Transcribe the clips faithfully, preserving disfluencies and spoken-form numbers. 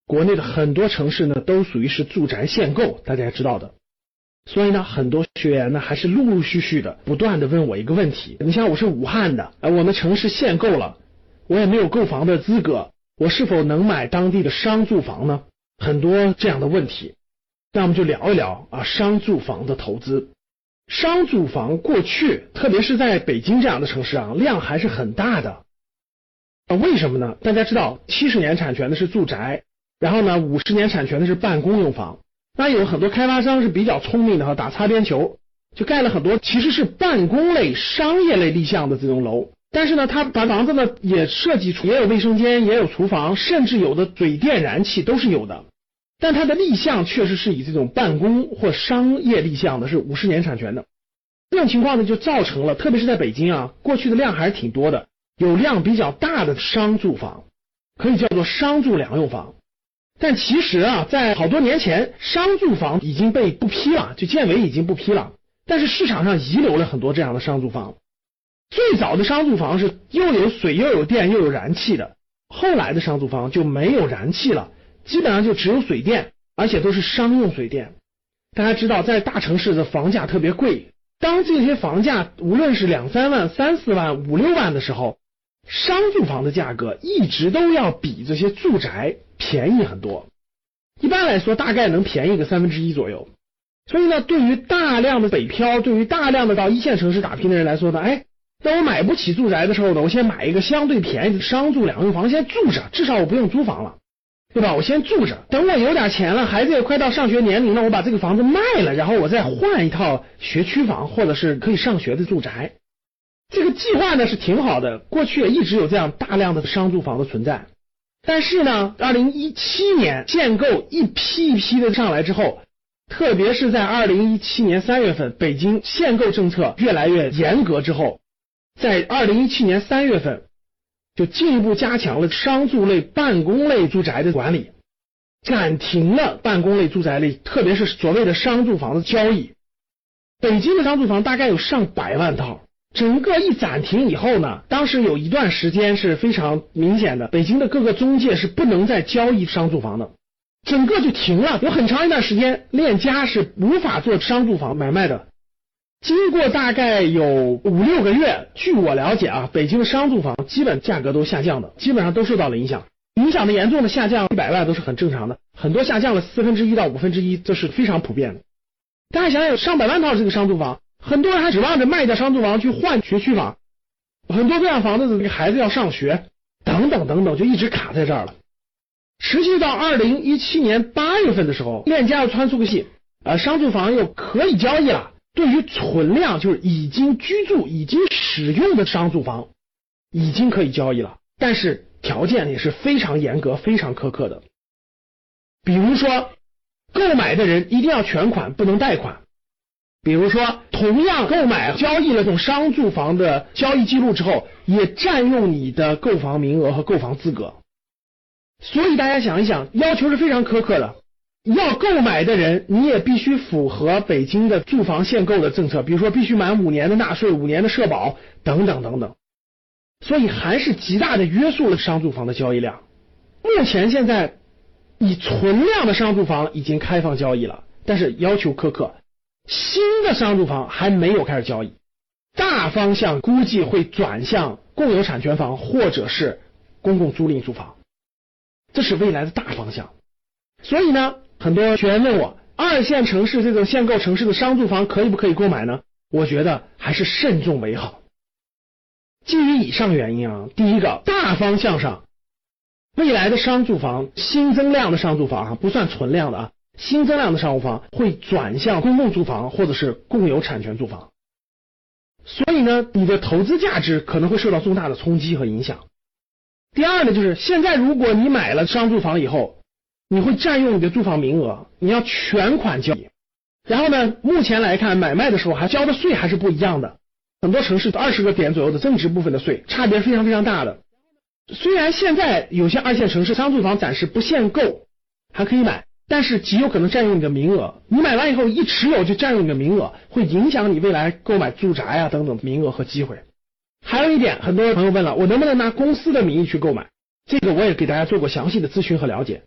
国内的很多城市呢都属于是住宅限购，大家也知道的。所以呢，很多学员呢还是陆陆续续的不断的问我一个问题，你像我是武汉的，呃，我们城市限购了，我也没有购房的资格，我是否能买当地的商住房呢？很多这样的问题，那我们就聊一聊啊，商住房的投资。商住房过去，特别是在北京这样的城市啊，量还是很大的。啊，为什么呢？大家知道，七十年产权的是住宅，然后呢，五十年产权的是办公用房。那有很多开发商是比较聪明的哈，打擦边球，就盖了很多其实是办公类、商业类立项的这种楼。但是呢，他把房子呢也设计出，也有卫生间，也有厨房，甚至有的水电燃气都是有的。但它的立项确实是以这种办公或商业立项的，是五十年产权的。这种情况呢，就造成了，特别是在北京啊，过去的量还是挺多的，有量比较大的商住房，可以叫做商住两用房。但其实啊，在好多年前，商住房已经被不批了，就建委已经不批了。但是市场上遗留了很多这样的商住房。最早的商住房是又有水又有电又有燃气的，后来的商住房就没有燃气了，基本上就只有水电，而且都是商用水电。大家知道，在大城市的房价特别贵，当这些房价无论是两三万、三四万、五六万的时候，商住房的价格一直都要比这些住宅便宜很多，一般来说大概能便宜个三分之一左右。所以呢，对于大量的北漂，对于大量的到一线城市打拼的人来说呢，哎，当我买不起住宅的时候呢，我先买一个相对便宜的商住两用房，先住着，至少我不用租房了，对吧？我先住着，等我有点钱了，孩子也快到上学年龄了，我把这个房子卖了，然后我再换一套学区房或者是可以上学的住宅。这个计划呢是挺好的，过去也一直有这样大量的商住房的存在。但是呢，二零一七年限购一批一批的上来之后，特别是在二零一七年三月份，北京限购政策越来越严格之后，在二零一七年三月份就进一步加强了商住类、办公类住宅的管理，暂停了办公类住宅类，特别是所谓的商住房的交易。北京的商住房大概有上百万套，整个一暂停以后呢，当时有一段时间是非常明显的，北京的各个中介是不能再交易商住房的，整个就停了，有很长一段时间链家是无法做商住房买卖的。经过大概有五六个月，据我了解啊，北京的商住房基本价格都下降的，基本上都受到了影响，影响的严重的下降一百万都是很正常的，很多下降了四分之一到五分之一，这是非常普遍的。大家想想，有上百万套这个商住房，很多人还指望着卖掉商住房去换学区房，很多这样房子的孩子要上学，等等等等，就一直卡在这儿了。持续到二零一七年八月份的时候，链家又穿出个戏，呃，商住房又可以交易了。对于存量，就是已经居住、已经使用的商住房，已经可以交易了，但是条件也是非常严格、非常苛刻的。比如说，购买的人一定要全款，不能贷款。比如说，同样购买交易了这种商住房的交易记录之后，也占用你的购房名额和购房资格。所以大家想一想，要求是非常苛刻的。要购买的人，你也必须符合北京的住房限购的政策，比如说必须满五年的纳税、五年的社保等等等等。所以还是极大的约束了商住房的交易量。目前现在以存量的商住房已经开放交易了，但是要求苛刻，新的商住房还没有开始交易。大方向估计会转向共有产权房或者是公共租赁住房，这是未来的大方向。所以呢，很多学员问我，二线城市这种限购城市的商住房可以不可以购买呢？我觉得还是慎重为好。基于以上原因啊，第一个，大方向上，未来的商住房新增量的商住房啊，不算存量的啊，新增量的商住房会转向公共住房或者是共有产权住房。所以呢，你的投资价值可能会受到重大的冲击和影响。第二呢，就是现在如果你买了商住房以后，你会占用你的住房名额，你要全款交易。然后呢，目前来看，买卖的时候还交的税还是不一样的，很多城市二十个点左右的增值部分的税，差别非常非常大的。虽然现在有些二线城市商住房暂时不限购，还可以买，但是极有可能占用你的名额。你买完以后一持有就占用你的名额，会影响你未来购买住宅啊等等名额和机会。还有一点，很多朋友问了，我能不能拿公司的名义去购买？这个我也给大家做过详细的咨询和了解。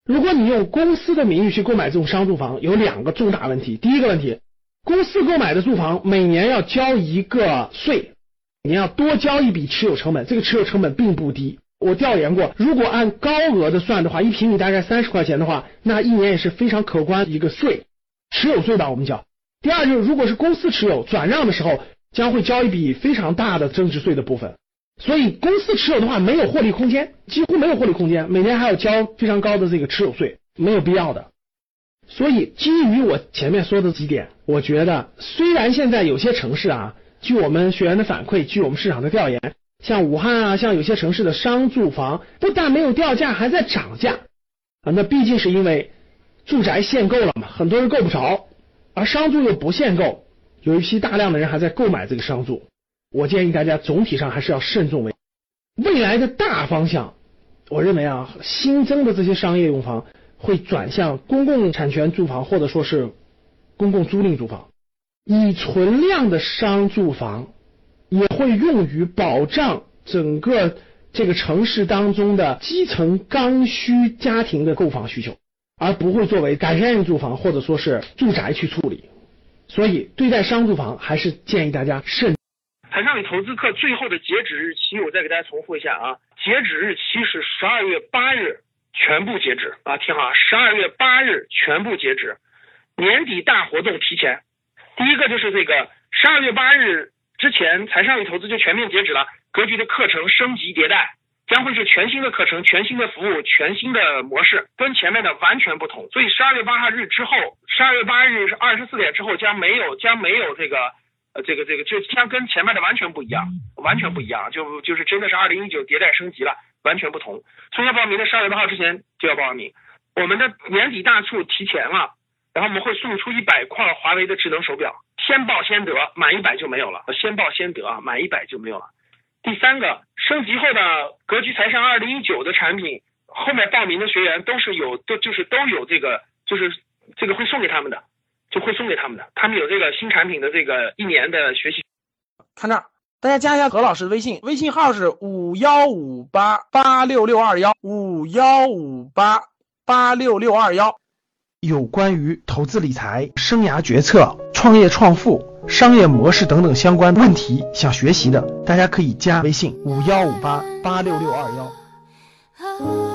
如果你用公司的名义去购买这种商住房，有两个重大问题。第一个问题，公司购买的住房每年要交一个税，你要多交一笔持有成本，这个持有成本并不低。我调研过，如果按高额的算的话，一平米大概三十块钱的话，那一年也是非常可观的一个税，持有税吧我们叫。第二就是，如果是公司持有转让的时候，将会交一笔非常大的增值税的部分。所以公司持有的话没有获利空间，几乎没有获利空间，每年还要交非常高的这个持有税，没有必要的。所以基于我前面说的几点，我觉得虽然现在有些城市啊，据我们学员的反馈，据我们市场的调研，像武汉啊，像有些城市的商住房不但没有掉价，还在涨价啊，那毕竟是因为住宅限购了嘛，很多人够不着，而商住又不限购，有一批大量的人还在购买这个商住。我建议大家总体上还是要慎重为未来的大方向。我认为啊，新增的这些商业用房会转向公共产权住房，或者说是公共租赁住房。已存量的商住房也会用于保障整个这个城市当中的基层刚需家庭的购房需求，而不会作为改善性住房或者说是住宅去处理。所以对待商住房还是建议大家慎。 财商理投资课最后的截止日期，我再给大家重复一下啊，截止日期是十二月八日，全部截止啊，听好啊，十二月八日全部截止。年底大活动提前，第一个就是这个十二月八日之前，财商理投资就全面截止了，格局的课程升级迭代，将会是全新的课程、全新的服务、全新的模式，跟前面的完全不同。所以十二月八号日之后，十二月八日是二十四点之后将没有将没有这个。呃，这个这个就将跟前面的完全不一样，完全不一样，就就是真的是二零一九迭代升级了，完全不同。所以要报名的十二月八号之前就要报名。我们的年底大促提前了，然后我们会送出一百块华为的智能手表，先报先得，满一百就没有了，先报先得啊，满一百就没有了。第三个，升级后的格局财商二零一九的产品，后面报名的学员都是有都就是都有这个就是这个会送给他们的。就会送给他们的，他们有这个新产品的这个一年的学习。 看这儿，大家加一下何老师的微信，微信号是五幺五八八六六二幺五幺五八八六六二幺。有关于投资理财、生涯决策、创业创富、商业模式等等相关问题想学习的，大家可以加微信五幺五八八六六二幺。